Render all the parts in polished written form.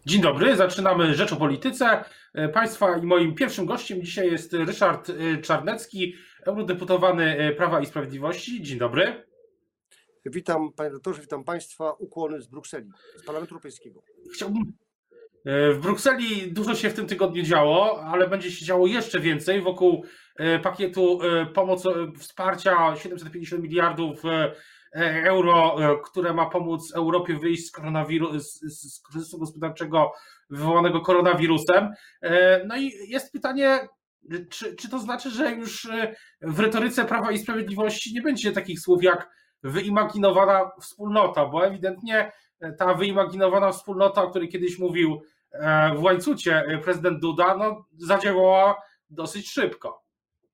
Dzień dobry, zaczynamy Rzecz o Polityce. Państwa i moim pierwszym gościem dzisiaj jest Ryszard Czarnecki, eurodeputowany Prawa i Sprawiedliwości. Dzień dobry. Witam panie redaktorze, witam państwa. Ukłony z Brukseli, z Parlamentu Europejskiego. Chciałbym. W Brukseli dużo się w tym tygodniu działo, ale będzie się działo jeszcze więcej wokół pakietu pomocy, wsparcia 750 miliardów euro, które ma pomóc Europie wyjść z kryzysu gospodarczego wywołanego koronawirusem. No i jest pytanie, czy to znaczy, że już w retoryce Prawa i Sprawiedliwości nie będzie takich słów jak wyimaginowana wspólnota, bo ewidentnie ta wyimaginowana wspólnota, o której kiedyś mówił w łańcucie prezydent Duda, no, zadziałała dosyć szybko.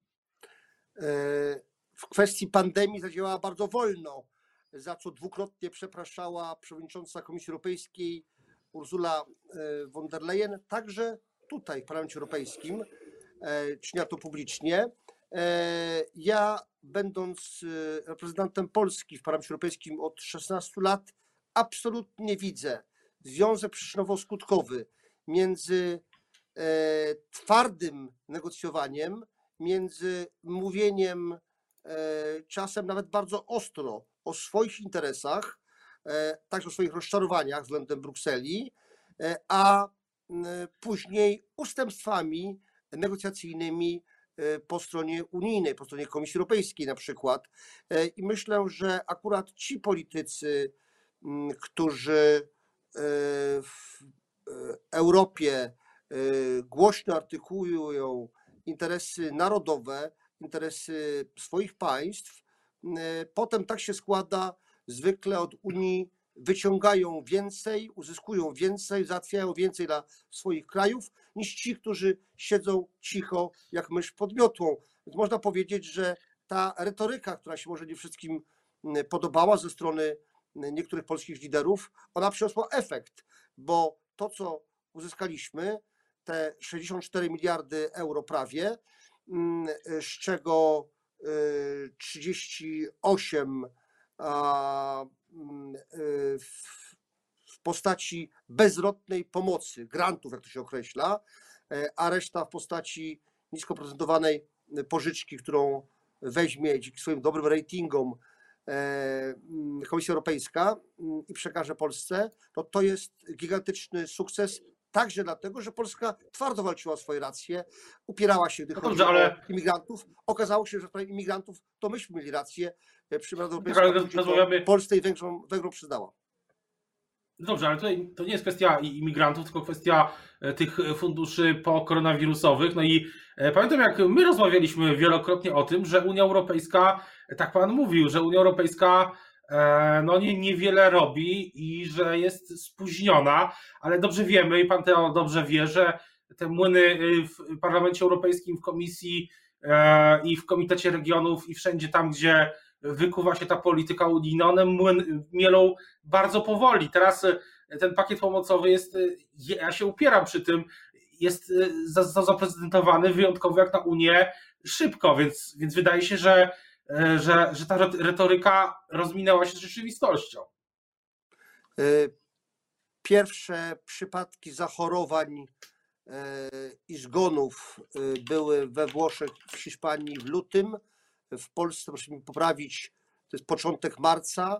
W kwestii pandemii zadziałała bardzo wolno, za co dwukrotnie przepraszała przewodnicząca Komisji Europejskiej Ursula von der Leyen, także tutaj w Parlamencie Europejskim, czyniła to publicznie. Ja, będąc reprezentantem Polski w Parlamencie Europejskim od 16 lat, absolutnie widzę związek przyczynowo-skutkowy między twardym negocjowaniem, między mówieniem czasem nawet bardzo ostro o swoich interesach, także o swoich rozczarowaniach względem Brukseli, a później ustępstwami negocjacyjnymi po stronie unijnej, po stronie Komisji Europejskiej na przykład. I myślę, że akurat ci politycy, którzy w Europie głośno artykułują interesy narodowe, interesy swoich państw, potem tak się składa, zwykle od Unii wyciągają więcej, uzyskują więcej, załatwiają więcej dla swoich krajów niż ci, którzy siedzą cicho jak mysz pod miotłą. Więc można powiedzieć, że ta retoryka, która się może nie wszystkim podobała ze strony niektórych polskich liderów, ona przyniosła efekt, bo to, co uzyskaliśmy, te 64 miliardy euro prawie, z czego 38 w postaci bezzwrotnej pomocy, grantów, jak to się określa, a reszta w postaci nisko procentowanej pożyczki, którą weźmie dzięki swoim dobrym ratingom Komisja Europejska i przekaże Polsce, to jest gigantyczny sukces, także dlatego, że Polska twardo walczyła o swoje racje, upierała się, gdy chodzi o imigrantów. Okazało się, że w sprawie imigrantów to myśmy mieli rację, Rada Europejska Polsce i Węgrom przyznała. Dobrze, ale tutaj to nie jest kwestia imigrantów, tylko kwestia tych funduszy pokoronawirusowych. No i pamiętam, jak my rozmawialiśmy wielokrotnie o tym, że Unia Europejska, tak pan mówił, że Unia Europejska no niewiele robi i że jest spóźniona, ale dobrze wiemy i pan to dobrze wie, że te młyny w Parlamencie Europejskim, w Komisji i w Komitecie Regionów i wszędzie tam, gdzie wykuwa się ta polityka unijna, one mielą bardzo powoli. Teraz ten pakiet pomocowy jest, ja się upieram przy tym, jest zaprezentowany wyjątkowo jak na Unię szybko, więc wydaje się, że ta retoryka rozminęła się z rzeczywistością. Pierwsze przypadki zachorowań i zgonów były we Włoszech, w Hiszpanii w lutym. W Polsce, proszę mi poprawić, to jest początek marca.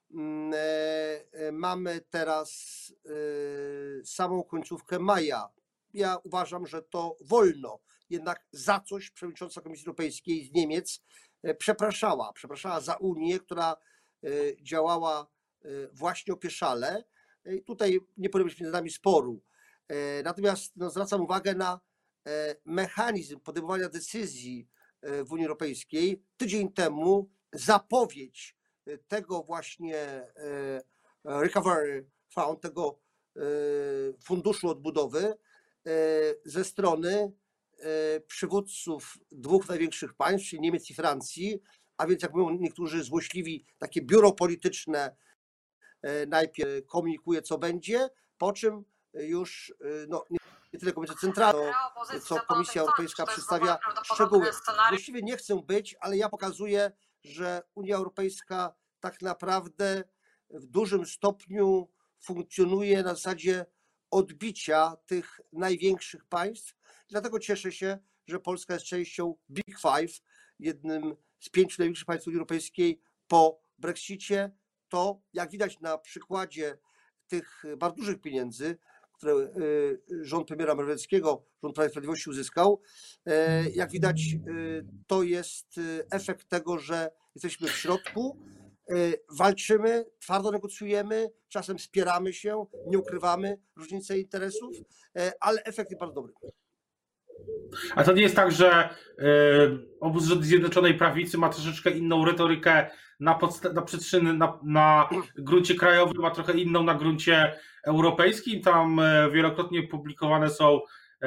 Mamy teraz samą końcówkę maja. Ja uważam, że to wolno. Jednak za coś przewodnicząca Komisji Europejskiej z Niemiec przepraszała za Unię, która działała właśnie opieszale. Tutaj nie powinno być między nami sporu. Natomiast zwracam uwagę na mechanizm podejmowania decyzji w Unii Europejskiej. Tydzień temu zapowiedź tego właśnie Recovery Fund, tego funduszu odbudowy ze strony przywódców dwóch największych państw, czyli Niemiec i Francji, a więc jak mówią niektórzy złośliwi, takie biuro polityczne najpierw komunikuje, co będzie, po czym już nie tyle Komisja Centralna, co Komisja Europejska przedstawia szczegóły. Właściwie nie chcę być, ale ja pokazuję, że Unia Europejska tak naprawdę w dużym stopniu funkcjonuje na zasadzie odbicia tych największych państw. Dlatego cieszę się, że Polska jest częścią Big Five, jednym z 5 największych państw Unii Europejskiej po Brexicie. To, jak widać na przykładzie tych bardzo dużych pieniędzy, które rząd premiera Morawieckiego, rząd Prawa i Sprawiedliwości uzyskał, jak widać, to jest efekt tego, że jesteśmy w środku, walczymy, twardo negocjujemy, czasem spieramy się, nie ukrywamy różnice interesów, ale efekt jest bardzo dobry. A to nie jest tak, że obóz Zjednoczonej Prawicy ma troszeczkę inną retorykę na przyczyny, na gruncie krajowym, a trochę inną na gruncie europejskim? Tam wielokrotnie publikowane są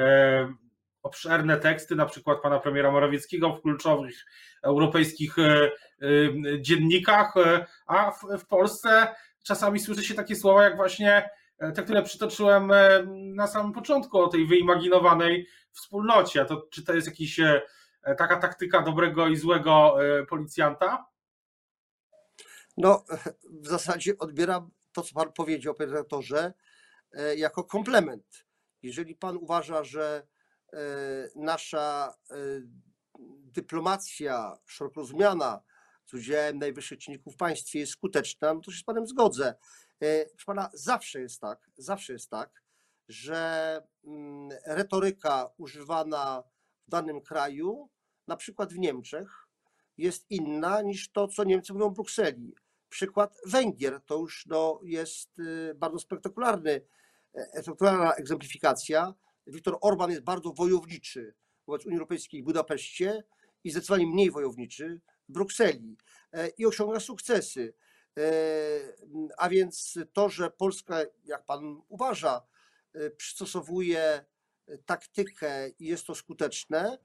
obszerne teksty, na przykład pana premiera Morawieckiego w kluczowych europejskich dziennikach, a w Polsce czasami słyszy się takie słowa jak właśnie te, które przytoczyłem na samym początku o tej wyimaginowanej wspólnocie. Czy to jest jakaś taka taktyka dobrego i złego policjanta? No, w zasadzie odbieram to, co pan powiedział, panie redaktorze, jako komplement. Jeżeli pan uważa, że nasza dyplomacja szeroko rozumiana z udziałem najwyższych czynników w państwie jest skuteczna, no to się z panem zgodzę. Proszę pana, zawsze jest tak, że retoryka używana w danym kraju, na przykład w Niemczech, jest inna niż to, co Niemcy mówią w Brukseli. Przykład Węgier to już jest bardzo spektakularna egzemplifikacja. Viktor Orban jest bardzo wojowniczy wobec Unii Europejskiej w Budapeszcie i zdecydowanie mniej wojowniczy w Brukseli i osiąga sukcesy. A więc to, że Polska, jak pan uważa, przystosowuje taktykę i jest to skuteczne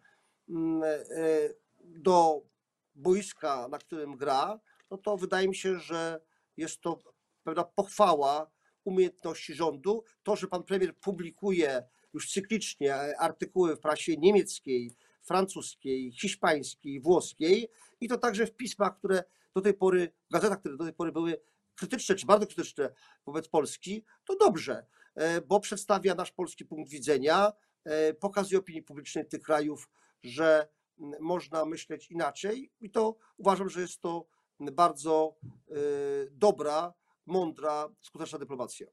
do boiska, na którym gra, no to wydaje mi się, że jest to pewna pochwała umiejętności rządu. To, że pan premier publikuje już cyklicznie artykuły w prasie niemieckiej, francuskiej, hiszpańskiej, włoskiej i to także w pismach, które do tej pory, w gazetach, które do tej pory były krytyczne czy bardzo krytyczne wobec Polski, to dobrze, bo przedstawia nasz polski punkt widzenia, pokazuje opinii publicznej tych krajów, że można myśleć inaczej i to uważam, że jest to bardzo dobra, mądra, skuteczna dyplomacja.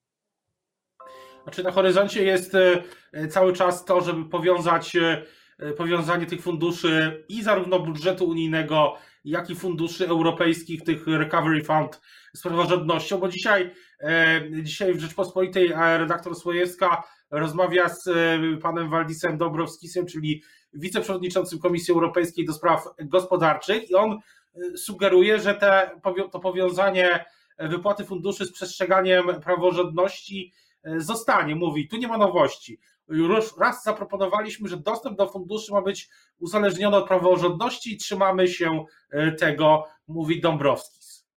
Znaczy na horyzoncie jest cały czas to, żeby powiązanie tych funduszy i zarówno budżetu unijnego, jak i funduszy europejskich, tych Recovery Fund z praworządnością, bo dzisiaj w Rzeczpospolitej redaktor Słojewska rozmawia z panem Waldisem Dombrovskisem, czyli wiceprzewodniczącym Komisji Europejskiej do spraw gospodarczych i on sugeruje, że to powiązanie wypłaty funduszy z przestrzeganiem praworządności zostanie. Mówi, tu nie ma nowości. Już raz zaproponowaliśmy, że dostęp do funduszy ma być uzależniony od praworządności i trzymamy się tego, mówi Dąbrowskis.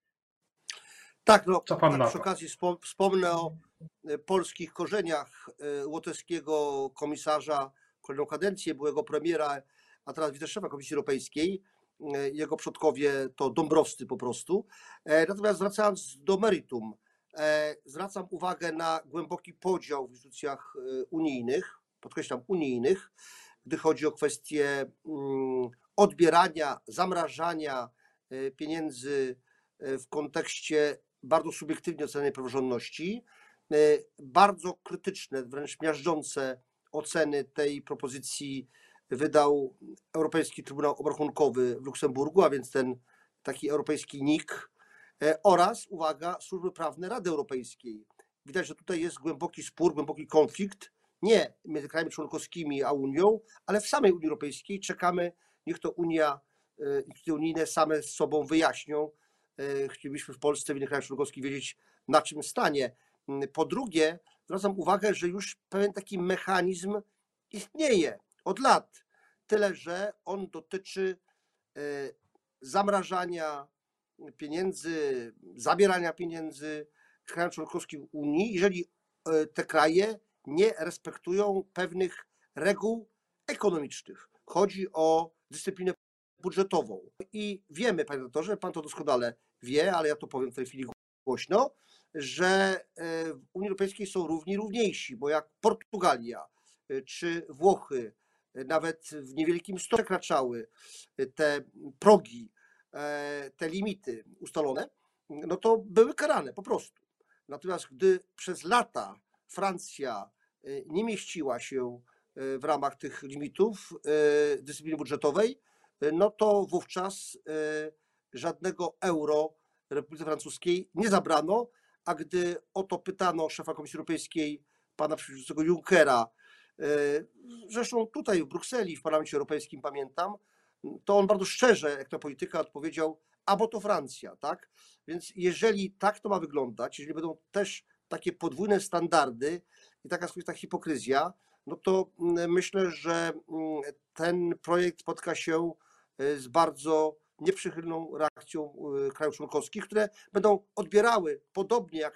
Tak, no, co pan na to? przy okazji wspomnę o polskich korzeniach łotewskiego komisarza, kolejną kadencję, byłego premiera, a teraz wiceszefa Komisji Europejskiej. Jego przodkowie to Dąbrowscy po prostu. Natomiast wracając do meritum, zwracam uwagę na głęboki podział w instytucjach unijnych, podkreślam unijnych, gdy chodzi o kwestie odbierania, zamrażania pieniędzy w kontekście bardzo subiektywnie ocenionej praworządności. Bardzo krytyczne, wręcz miażdżące oceny tej propozycji wydał Europejski Trybunał Obrachunkowy w Luksemburgu, a więc ten taki europejski NIK oraz, uwaga, służby prawne Rady Europejskiej. Widać, że tutaj jest głęboki spór, głęboki konflikt, nie między krajami członkowskimi a Unią, ale w samej Unii Europejskiej. Czekamy, niech to Unia, instytucje unijne same z sobą wyjaśnią. Chcielibyśmy w Polsce, w innych krajach członkowskich wiedzieć, na czym stanie. Po drugie, zwracam uwagę, że już pewien taki mechanizm istnieje od lat, tyle że on dotyczy zamrażania pieniędzy, zabierania pieniędzy krajom członkowskim Unii, jeżeli te kraje nie respektują pewnych reguł ekonomicznych. Chodzi o dyscyplinę budżetową. I wiemy, panie redaktorze, pan to doskonale wie, ale ja to powiem w tej chwili głośno, że w Unii Europejskiej są równi równiejsi, bo jak Portugalia czy Włochy nawet w niewielkim stopniu przekraczały te progi, te limity ustalone, no to były karane po prostu. Natomiast gdy przez lata Francja nie mieściła się w ramach tych limitów dyscypliny budżetowej, no to wówczas żadnego euro Republice Francuskiej nie zabrano, a gdy o to pytano szefa Komisji Europejskiej, pana przewodniczącego Junckera, zresztą tutaj w Brukseli, w Parlamencie Europejskim pamiętam, to on bardzo szczerze, jak na polityka, odpowiedział, a bo to Francja, tak? Więc jeżeli tak to ma wyglądać, jeżeli będą też takie podwójne standardy i taka swoista hipokryzja, no to myślę, że ten projekt spotka się z bardzo nieprzychylną reakcją krajów członkowskich, które będą odbierały, podobnie jak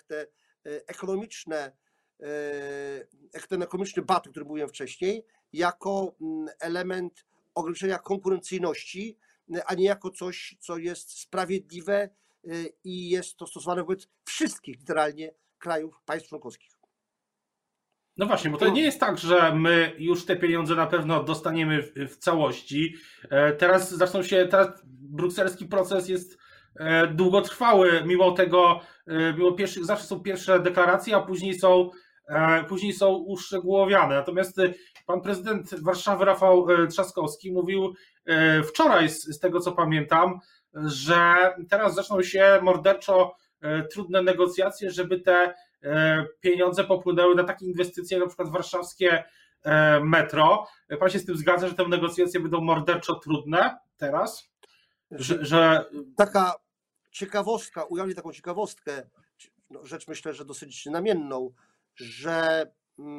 ten ekonomiczny battle, o którym mówiłem wcześniej, jako element ograniczenia konkurencyjności, a nie jako coś, co jest sprawiedliwe i jest to stosowane wobec wszystkich literalnie krajów, państw członkowskich. No właśnie, bo to nie jest tak, że my już te pieniądze na pewno dostaniemy w całości. Teraz brukselski proces jest długotrwały, mimo tego, zawsze są pierwsze deklaracje, a później są uszczegółowiane. Natomiast pan prezydent Warszawy Rafał Trzaskowski mówił wczoraj, z tego co pamiętam, że teraz zaczną się morderczo trudne negocjacje, żeby te pieniądze popłynęły na takie inwestycje, na przykład warszawskie metro. Pan się z tym zgadza, że te negocjacje będą morderczo trudne teraz? Taka ciekawostka, ujawnię taką ciekawostkę, rzecz myślę, że dosyć namienną, że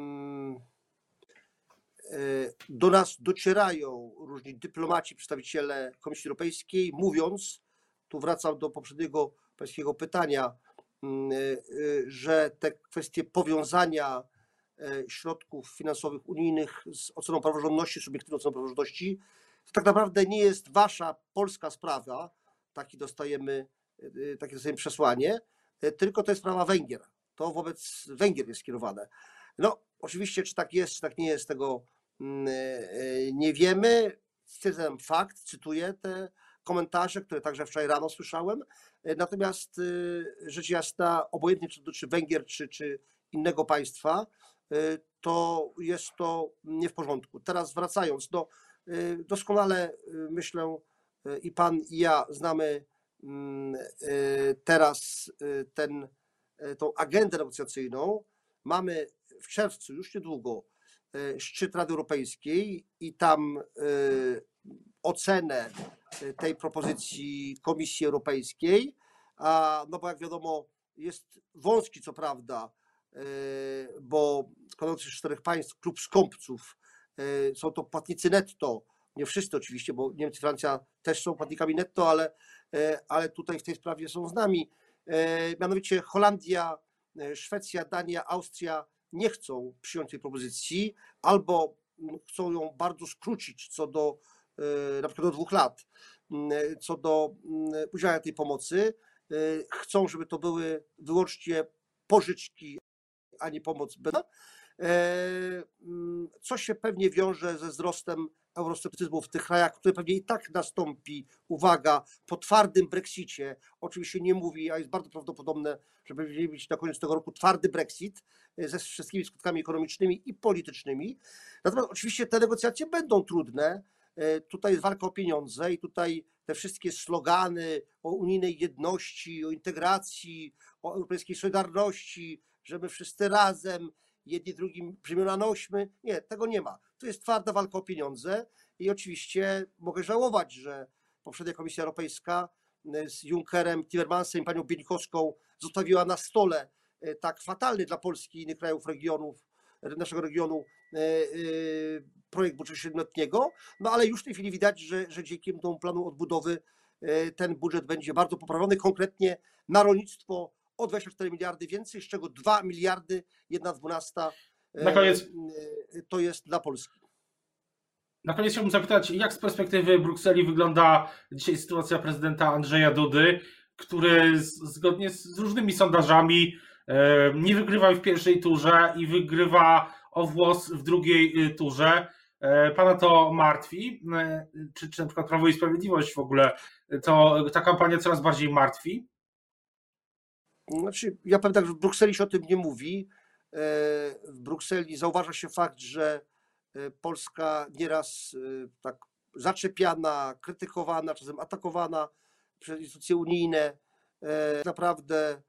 do nas docierają różni dyplomaci, przedstawiciele Komisji Europejskiej, mówiąc, tu wracam do poprzedniego pańskiego pytania, że te kwestie powiązania środków finansowych unijnych z oceną praworządności, subiektywną oceną praworządności, to tak naprawdę nie jest wasza polska sprawa, takie dostajemy przesłanie, tylko to jest sprawa Węgier. To wobec Węgier jest skierowane. No, oczywiście, czy tak jest, czy tak nie jest, tego nie wiemy. Stwierdzam fakt, cytuję te komentarze, które także wczoraj rano słyszałem. Natomiast rzecz jasna, obojętnie czy dotyczy Węgier, czy innego państwa, to jest to nie w porządku. Teraz wracając, doskonale myślę i pan, i ja znamy teraz tą agendę negocjacyjną. Mamy w czerwcu, już niedługo, szczyt Rady Europejskiej i tam ocenę tej propozycji Komisji Europejskiej, no bo jak wiadomo jest wąski co prawda, bo składający się z 4 państw, klub skąpców, są to płatnicy netto, nie wszyscy oczywiście, bo Niemcy i Francja też są płatnikami netto, ale tutaj w tej sprawie są z nami. Mianowicie Holandia, Szwecja, Dania, Austria nie chcą przyjąć tej propozycji, albo chcą ją bardzo skrócić co do na przykład do 2 lat, co do udzielania tej pomocy. Chcą, żeby to były wyłącznie pożyczki, a nie pomoc bezpośrednia, co się pewnie wiąże ze wzrostem eurosceptycyzmu w tych krajach, które pewnie i tak nastąpi, uwaga, po twardym Brexicie. Oczywiście nie mówi, a jest bardzo prawdopodobne, że będzie być na koniec tego roku twardy Brexit ze wszystkimi skutkami ekonomicznymi i politycznymi. Natomiast oczywiście te negocjacje będą trudne. Tutaj jest walka o pieniądze i tutaj te wszystkie slogany o unijnej jedności, o integracji, o europejskiej solidarności, że my wszyscy razem, jedni drugim brzemiona nośmy. Nie, tego nie ma. To jest twarda walka o pieniądze i oczywiście mogę żałować, że poprzednia Komisja Europejska z Junckerem, Timmermansem i panią Bieńkowską zostawiła na stole tak fatalny dla Polski i innych krajów naszego regionu projekt budżetu średnioletniego, no ale już w tej chwili widać, że dzięki temu planu odbudowy ten budżet będzie bardzo poprawiony, konkretnie na rolnictwo o 24 miliardy więcej, z czego 2 miliardy, 1/12 na koniec, to jest dla Polski. Na koniec chciałbym zapytać, jak z perspektywy Brukseli wygląda dzisiaj sytuacja prezydenta Andrzeja Dudy, który zgodnie z różnymi sondażami nie wygrywa w pierwszej turze i wygrywa o włos w drugiej turze. Pana to martwi? Czy na przykład Prawo i Sprawiedliwość w ogóle to ta kampania coraz bardziej martwi? Znaczy, ja powiem tak, że w Brukseli się o tym nie mówi. W Brukseli zauważa się fakt, że Polska nieraz tak zaczepiana, krytykowana, czasem atakowana przez instytucje unijne. Naprawdę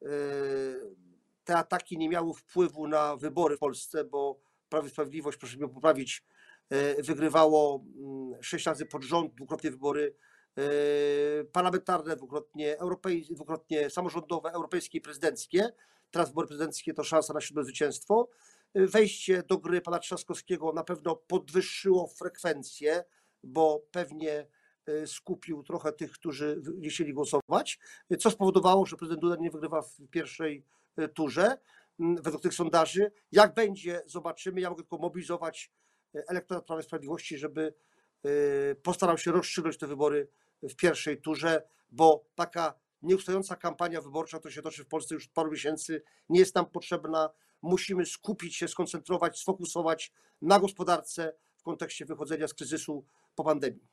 te ataki nie miały wpływu na wybory w Polsce, bo Prawo i Sprawiedliwość, proszę mnie poprawić, wygrywało 6 razy pod rząd, dwukrotnie wybory parlamentarne, dwukrotnie samorządowe, europejskie i prezydenckie. Teraz wybory prezydenckie to szansa na 7. zwycięstwo. Wejście do gry pana Trzaskowskiego na pewno podwyższyło frekwencję, bo pewnie skupił trochę tych, którzy nie chcieli głosować, co spowodowało, że prezydent Duda nie wygrywa w pierwszej turze według tych sondaży. Jak będzie, zobaczymy. Ja mogę tylko mobilizować elektorat Prawa i Sprawiedliwości, żeby postarał się rozstrzygnąć te wybory w pierwszej turze, bo taka nieustająca kampania wyborcza, która się toczy w Polsce już paru miesięcy, nie jest nam potrzebna. Musimy skupić się, skoncentrować, sfokusować na gospodarce w kontekście wychodzenia z kryzysu po pandemii.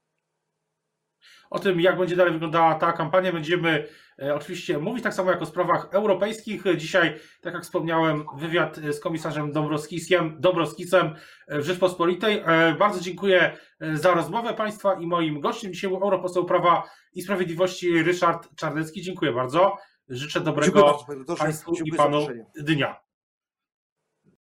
O tym, jak będzie dalej wyglądała ta kampania, będziemy oczywiście mówić, tak samo jak o sprawach europejskich. Dzisiaj, tak jak wspomniałem, wywiad z komisarzem Dombrovskisem w Rzeczpospolitej. Bardzo dziękuję za rozmowę Państwa i moim gościem dzisiaj był europoseł Prawa i Sprawiedliwości Ryszard Czarnecki. Dziękuję bardzo. Życzę dobrego Państwu i Panu dnia.